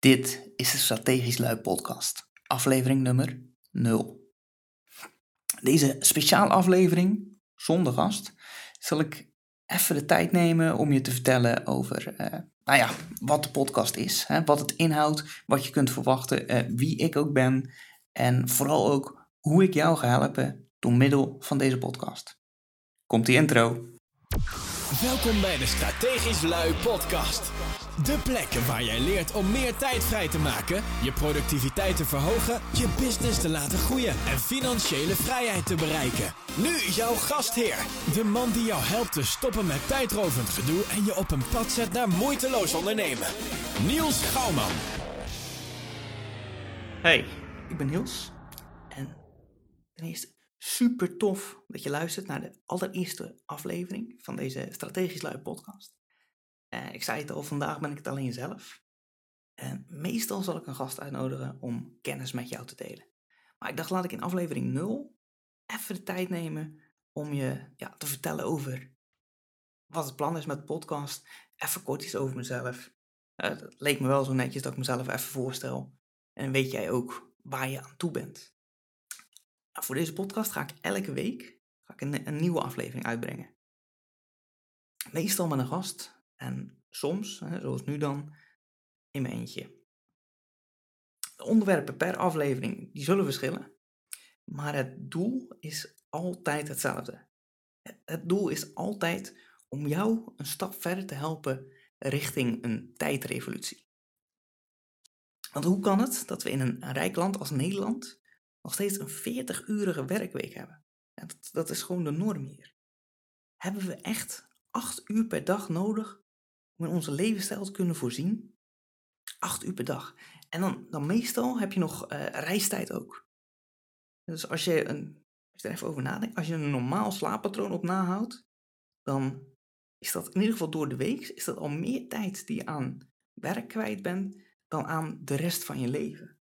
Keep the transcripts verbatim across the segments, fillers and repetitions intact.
Dit is de Strategisch Lui podcast, aflevering nummer nul. Deze speciale aflevering, zonder gast, zal ik even de tijd nemen om je te vertellen over uh, nou ja, wat de podcast is, hè, wat het inhoudt, wat je kunt verwachten, uh, wie ik ook ben en vooral ook hoe ik jou ga helpen door middel van deze podcast. Komt die intro. Welkom bij de Strategisch Lui podcast. De plek waar jij leert om meer tijd vrij te maken, je productiviteit te verhogen, je business te laten groeien en financiële vrijheid te bereiken. Nu jouw gastheer, de man die jou helpt te stoppen met tijdrovend gedoe en je op een pad zet naar moeiteloos ondernemen. Niels Gouwman. Hey, ik ben Niels en ten eerste super tof dat je luistert naar de allereerste aflevering van deze Strategisch Lui podcast. Uh, ik zei het al, vandaag ben ik het alleen zelf. En meestal zal ik een gast uitnodigen om kennis met jou te delen. Maar ik dacht, laat ik in aflevering nul even de tijd nemen om je ja, te vertellen over wat het plan is met de podcast. Even kort iets over mezelf. Uh, het leek me wel zo netjes dat ik mezelf even voorstel. En weet jij ook waar je aan toe bent. Nou, voor deze podcast ga ik elke week ga ik een, een nieuwe aflevering uitbrengen. Meestal met een gast. En soms, hè, zoals nu dan, in mijn eentje. De onderwerpen per aflevering, die zullen verschillen. Maar het doel is altijd hetzelfde. Het doel is altijd om jou een stap verder te helpen richting een tijdrevolutie. Want hoe kan het dat we in een rijk land als Nederland nog steeds een veertig-urige werkweek hebben? Ja, dat, dat is gewoon de norm hier. Hebben we echt acht uur per dag nodig om in onze levensstijl te kunnen voorzien? Acht uur per dag. En dan, dan meestal heb je nog uh, reistijd ook. Dus als je, een, als je er even over nadenkt, als je een normaal slaappatroon op nahoudt, dan is dat in ieder geval door de week, is dat al meer tijd die je aan werk kwijt bent dan aan de rest van je leven.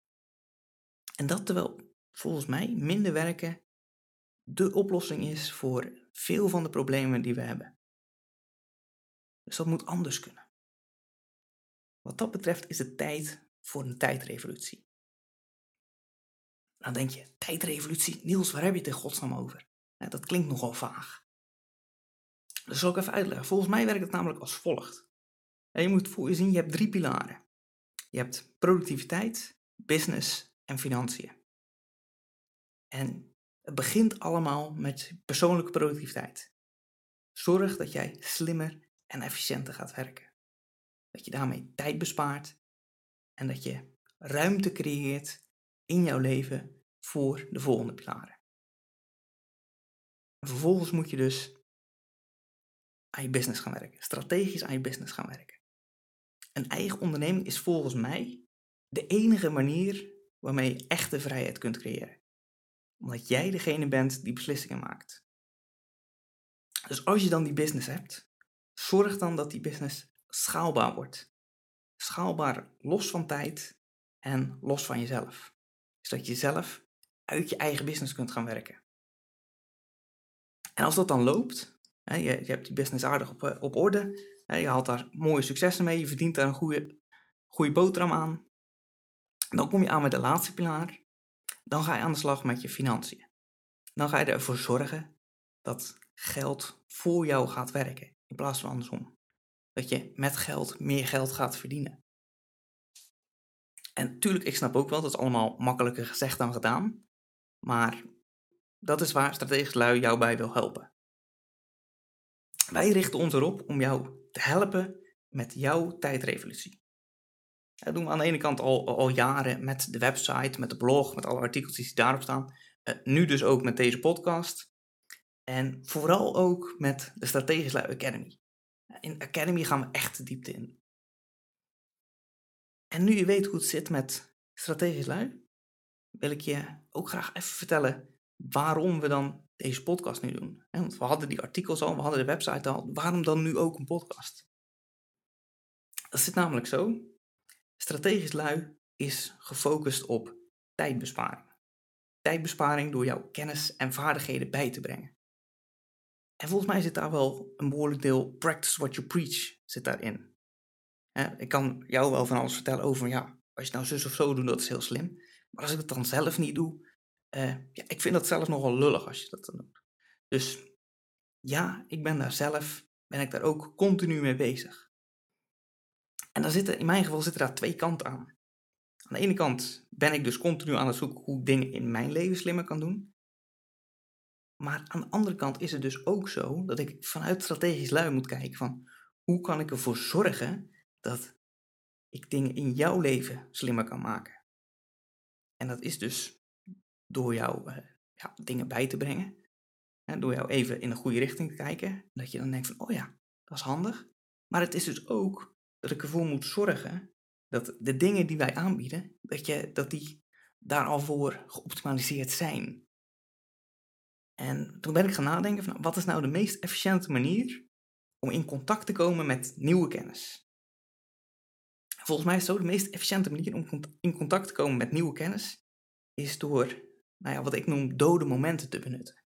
En dat terwijl volgens mij minder werken de oplossing is voor veel van de problemen die we hebben. Dus dat moet anders kunnen. Wat dat betreft is het tijd voor een tijdrevolutie. Dan denk je, tijdrevolutie, Niels, waar heb je het in godsnaam over? Ja, dat klinkt nogal vaag. Dat zal ik even uitleggen. Volgens mij werkt het namelijk als volgt. Ja, je moet voor je zien, je hebt drie pilaren. Je hebt productiviteit, business en financiën. En het begint allemaal met persoonlijke productiviteit. Zorg dat jij slimmer en efficiënter gaat werken. Dat je daarmee tijd bespaart en dat je ruimte creëert in jouw leven voor de volgende pilaren. En vervolgens moet je dus aan je business gaan werken, strategisch aan je business gaan werken. Een eigen onderneming is volgens mij de enige manier waarmee je echte vrijheid kunt creëren. Omdat jij degene bent die beslissingen maakt. Dus als je dan die business hebt, zorg dan dat die business schaalbaar wordt. Schaalbaar los van tijd en los van jezelf. Zodat je zelf uit je eigen business kunt gaan werken. En als dat dan loopt, hè, je, je hebt die business aardig op, op orde, hè, je haalt daar mooie successen mee, je verdient daar een goede, goede boterham aan. Dan kom je aan met de laatste pilaar. Dan ga je aan de slag met je financiën. Dan ga je ervoor zorgen dat geld voor jou gaat werken, in plaats van andersom. Dat je met geld meer geld gaat verdienen. En natuurlijk, ik snap ook wel, dat is allemaal makkelijker gezegd dan gedaan. Maar dat is waar Strategisch Lui jou bij wil helpen. Wij richten ons erop om jou te helpen met jouw tijdrevolutie. Dat doen we aan de ene kant al, al jaren met de website, met de blog, met alle artikels die daarop staan. Uh, nu dus ook met deze podcast. En vooral ook met de Strategisch Lui Academy. In Academy gaan we echt de diepte in. En nu je weet hoe het zit met Strategisch Lui, wil ik je ook graag even vertellen waarom we dan deze podcast nu doen. Want we hadden die artikels al, we hadden de website al. Waarom dan nu ook een podcast? Dat zit namelijk zo. Strategisch Lui is gefocust op tijdbesparing. Tijdbesparing door jouw kennis en vaardigheden bij te brengen. En volgens mij zit daar wel een behoorlijk deel practice what you preach zit daarin. Uh, ik kan jou wel van alles vertellen over, ja, als je het nou zus of zo doet, dat is heel slim. Maar als ik het dan zelf niet doe, uh, ja, ik vind dat zelf nogal lullig als je dat dan doet. Dus ja, ik ben daar zelf, ben ik daar ook continu mee bezig. En daar zitten, in mijn geval zitten daar twee kanten aan. Aan de ene kant ben ik dus continu aan het zoeken hoe ik dingen in mijn leven slimmer kan doen. Maar aan de andere kant is het dus ook zo dat ik vanuit strategisch lui moet kijken van hoe kan ik ervoor zorgen dat ik dingen in jouw leven slimmer kan maken. En dat is dus door jou uh, ja, dingen bij te brengen. Hè, door jou even in de goede richting te kijken. Dat je dan denkt van, oh ja, dat is handig. Maar het is dus ook dat ik ervoor moet zorgen dat de dingen die wij aanbieden, dat, je, dat die daar al voor geoptimaliseerd zijn. En toen ben ik gaan nadenken van, wat is nou de meest efficiënte manier om in contact te komen met nieuwe kennis? Volgens mij is zo de meest efficiënte manier om in contact te komen met nieuwe kennis, is door, nou ja, wat ik noem dode momenten te benutten.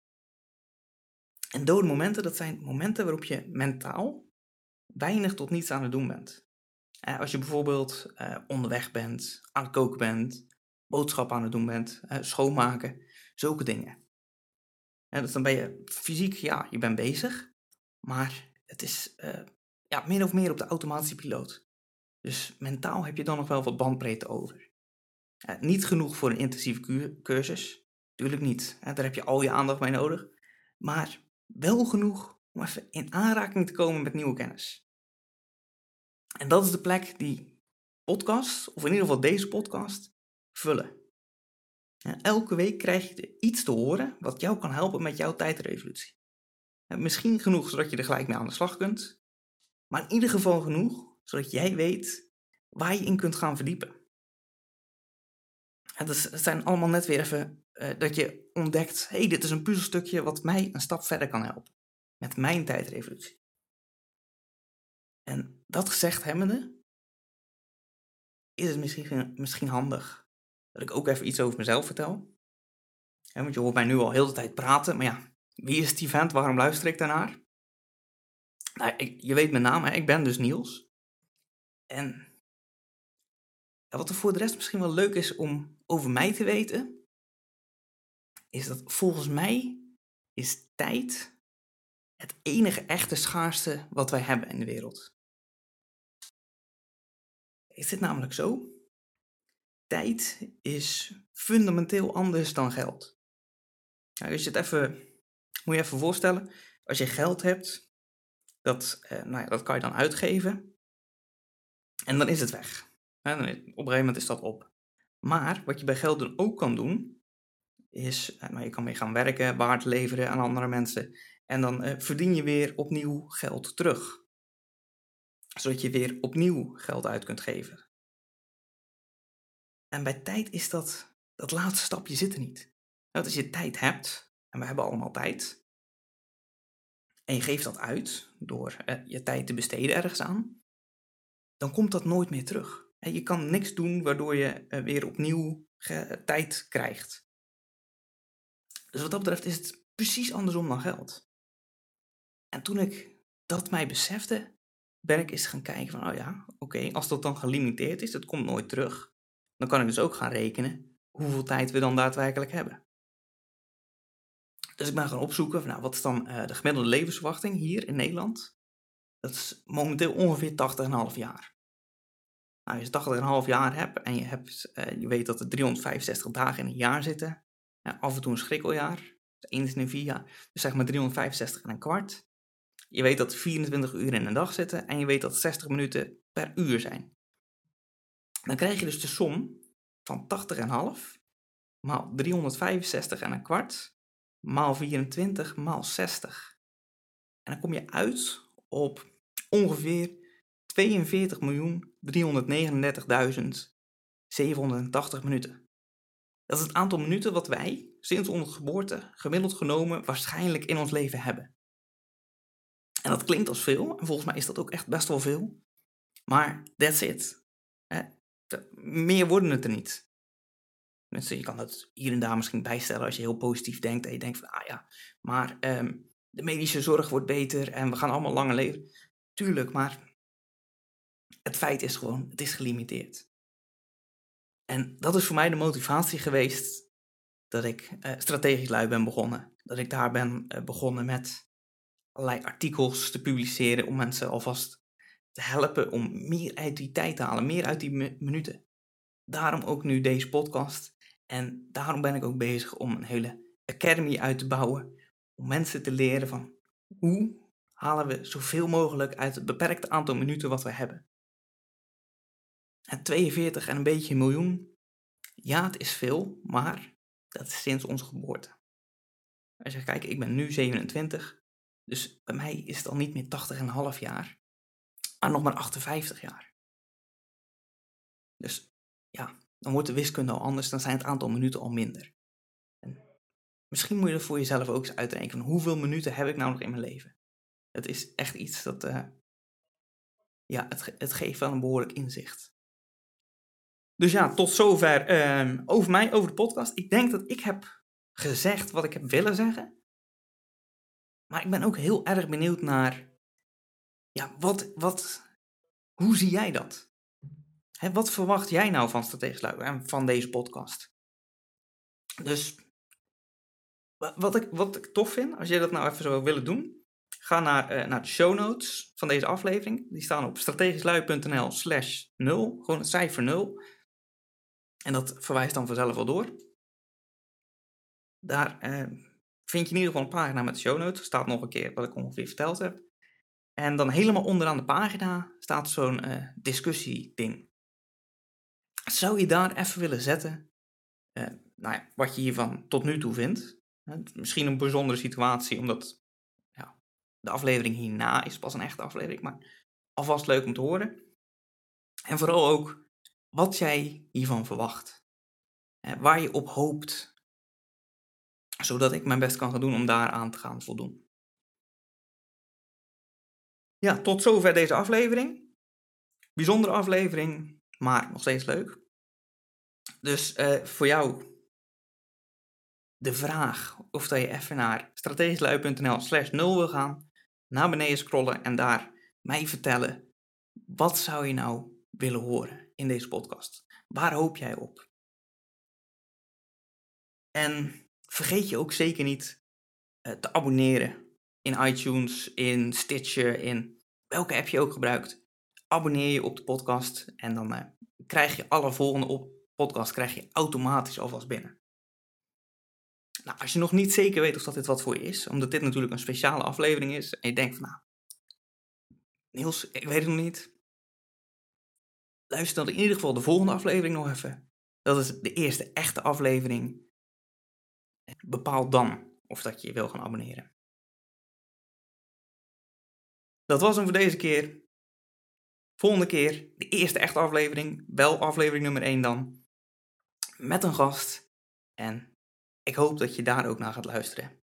En dode momenten, dat zijn momenten waarop je mentaal weinig tot niets aan het doen bent. Eh, als je bijvoorbeeld uh, onderweg bent, aan het koken bent, boodschappen aan het doen bent, uh, schoonmaken, zulke dingen. En dus dan ben je fysiek, ja, je bent bezig, maar het is uh, ja, min of meer op de automatische piloot. Dus mentaal heb je dan nog wel wat bandbreedte over. Uh, niet genoeg voor een intensieve cu- cursus, tuurlijk niet. Uh, daar heb je al je aandacht bij nodig. Maar wel genoeg om even in aanraking te komen met nieuwe kennis. En dat is de plek die podcasts, of in ieder geval deze podcast, vullen. En elke week krijg je iets te horen wat jou kan helpen met jouw tijdrevolutie. En misschien genoeg zodat je er gelijk mee aan de slag kunt, maar in ieder geval genoeg zodat jij weet waar je in kunt gaan verdiepen. En dat zijn allemaal net weer even uh, dat je ontdekt, hé, hey, dit is een puzzelstukje wat mij een stap verder kan helpen. Met mijn tijdrevolutie. En dat gezegd hebbende, is het misschien, misschien handig dat ik ook even iets over mezelf vertel. Ja, want je hoort mij nu al heel de tijd praten, maar ja, wie is die vent? Waarom luister ik daarnaar? Nou, ik, je weet mijn naam, hè? Ik ben dus Niels. En ja, wat er voor de rest misschien wel leuk is om over mij te weten, is dat volgens mij is tijd het enige echte schaarste wat wij hebben in de wereld. Is dit namelijk zo? Tijd is fundamenteel anders dan geld. Nou, als je het even, moet je even voorstellen, als je geld hebt, dat, eh, nou ja, dat kan je dan uitgeven en dan is het weg. En dan is, op een gegeven moment is dat op. Maar wat je bij geld dan ook kan doen, is, eh, nou, je kan mee gaan werken, waarde leveren aan andere mensen en dan eh, verdien je weer opnieuw geld terug. Zodat je weer opnieuw geld uit kunt geven. En bij tijd is dat, dat laatste stapje zit er niet. Nou, als je tijd hebt, en we hebben allemaal tijd, en je geeft dat uit door eh, je tijd te besteden ergens aan, dan komt dat nooit meer terug. En je kan niks doen waardoor je eh, weer opnieuw ge- tijd krijgt. Dus wat dat betreft is het precies andersom dan geld. En toen ik dat mij besefte, ben ik eens gaan kijken van, oh ja, oké, okay, als dat dan gelimiteerd is, dat komt nooit terug, dan kan ik dus ook gaan rekenen hoeveel tijd we dan daadwerkelijk hebben. Dus ik ben gaan opzoeken van, nou, wat is dan uh, de gemiddelde levensverwachting hier in Nederland? Dat is momenteel ongeveer tachtig komma vijf jaar. Nou, als je tachtig komma vijf jaar hebt en je, hebt, uh, je weet dat er driehonderdvijfenzestig dagen in een jaar zitten, ja, af en toe een schrikkeljaar, eens in een vier jaar, dus zeg maar driehonderdvijfenzestig en een kwart. Je weet dat er vierentwintig uur in een dag zitten en je weet dat zestig minuten per uur zijn. Dan krijg je dus de som van tachtig komma vijf maal driehonderdvijfenzestig en een kwart maal vierentwintig maal zestig. En dan kom je uit op ongeveer tweeënveertig miljoen driehonderdnegenendertigduizend zevenhonderdtachtig minuten. Dat is het aantal minuten wat wij sinds onze geboorte gemiddeld genomen waarschijnlijk in ons leven hebben. En dat klinkt als veel, en volgens mij is dat ook echt best wel veel. Maar that's it. Eh, meer worden het er niet. Dus je kan het hier en daar misschien bijstellen als je heel positief denkt. En je denkt van, ah ja, maar um, de medische zorg wordt beter en we gaan allemaal langer leven. Tuurlijk, maar het feit is gewoon, het is gelimiteerd. En dat is voor mij de motivatie geweest dat ik uh, strategisch lui ben begonnen. Dat ik daar ben uh, begonnen met allerlei artikels te publiceren om mensen alvast te helpen om meer uit die tijd te halen, meer uit die mi- minuten. Daarom ook nu deze podcast. En daarom ben ik ook bezig om een hele academy uit te bouwen. Om mensen te leren van hoe halen we zoveel mogelijk uit het beperkte aantal minuten wat we hebben. En tweeënveertig en een beetje miljoen. Ja, het is veel, maar dat is sinds onze geboorte. Als je kijkt, ik ben nu zevenentwintig. Dus bij mij is het al niet meer tachtig komma vijf jaar. Maar nog maar achtenvijftig jaar. Dus ja, dan wordt de wiskunde al anders. Dan zijn het aantal minuten al minder. En misschien moet je er voor jezelf ook eens uitrekenen. Van hoeveel minuten heb ik nou nog in mijn leven? Het is echt iets dat... Uh, ja, het, ge- het geeft wel een behoorlijk inzicht. Dus ja, tot zover uh, over mij, over de podcast. Ik denk dat ik heb gezegd wat ik heb willen zeggen. Maar ik ben ook heel erg benieuwd naar... Ja, wat... wat hoe zie jij dat? Hè, wat verwacht jij nou van Strategisch Lui en van deze podcast? Dus wat ik, wat ik tof vind, als je dat nou even zou willen doen, ga naar, uh, naar de show notes van deze aflevering. Die staan op strategischlui.nl slash nul, gewoon het cijfer nul. En dat verwijst dan vanzelf wel door. Daar uh, vind je in ieder geval een pagina met de show notes. Er staat nog een keer wat ik ongeveer verteld heb. En dan helemaal onderaan de pagina staat zo'n uh, discussieding. Zou je daar even willen zetten, uh, nou ja, wat je hiervan tot nu toe vindt? Uh, misschien een bijzondere situatie, omdat ja, de aflevering hierna is pas een echte aflevering, maar alvast leuk om te horen. En vooral ook wat jij hiervan verwacht. Uh, waar je op hoopt, zodat ik mijn best kan gaan doen om daaraan te gaan voldoen. Ja, tot zover deze aflevering. Bijzondere aflevering, maar nog steeds leuk. Dus uh, voor jou de vraag of dat je even naar strategischlui.nl slash nul wil gaan, naar beneden scrollen en daar mij vertellen, wat zou je nou willen horen in deze podcast? Waar hoop jij op? En vergeet je ook zeker niet uh, te abonneren in iTunes, in Stitcher, in welke app je ook gebruikt. Abonneer je op de podcast en dan uh, krijg je alle volgende op podcast krijg je automatisch alvast binnen. Nou, als je nog niet zeker weet of dat dit wat voor je is, omdat dit natuurlijk een speciale aflevering is, en je denkt van, nou, Niels, ik weet het nog niet. Luister dan in ieder geval de volgende aflevering nog even. Dat is de eerste echte aflevering. Bepaal dan of dat je je wil gaan abonneren. Dat was hem voor deze keer. Volgende keer de eerste echte aflevering, wel aflevering nummer één dan, met een gast. En ik hoop dat je daar ook naar gaat luisteren.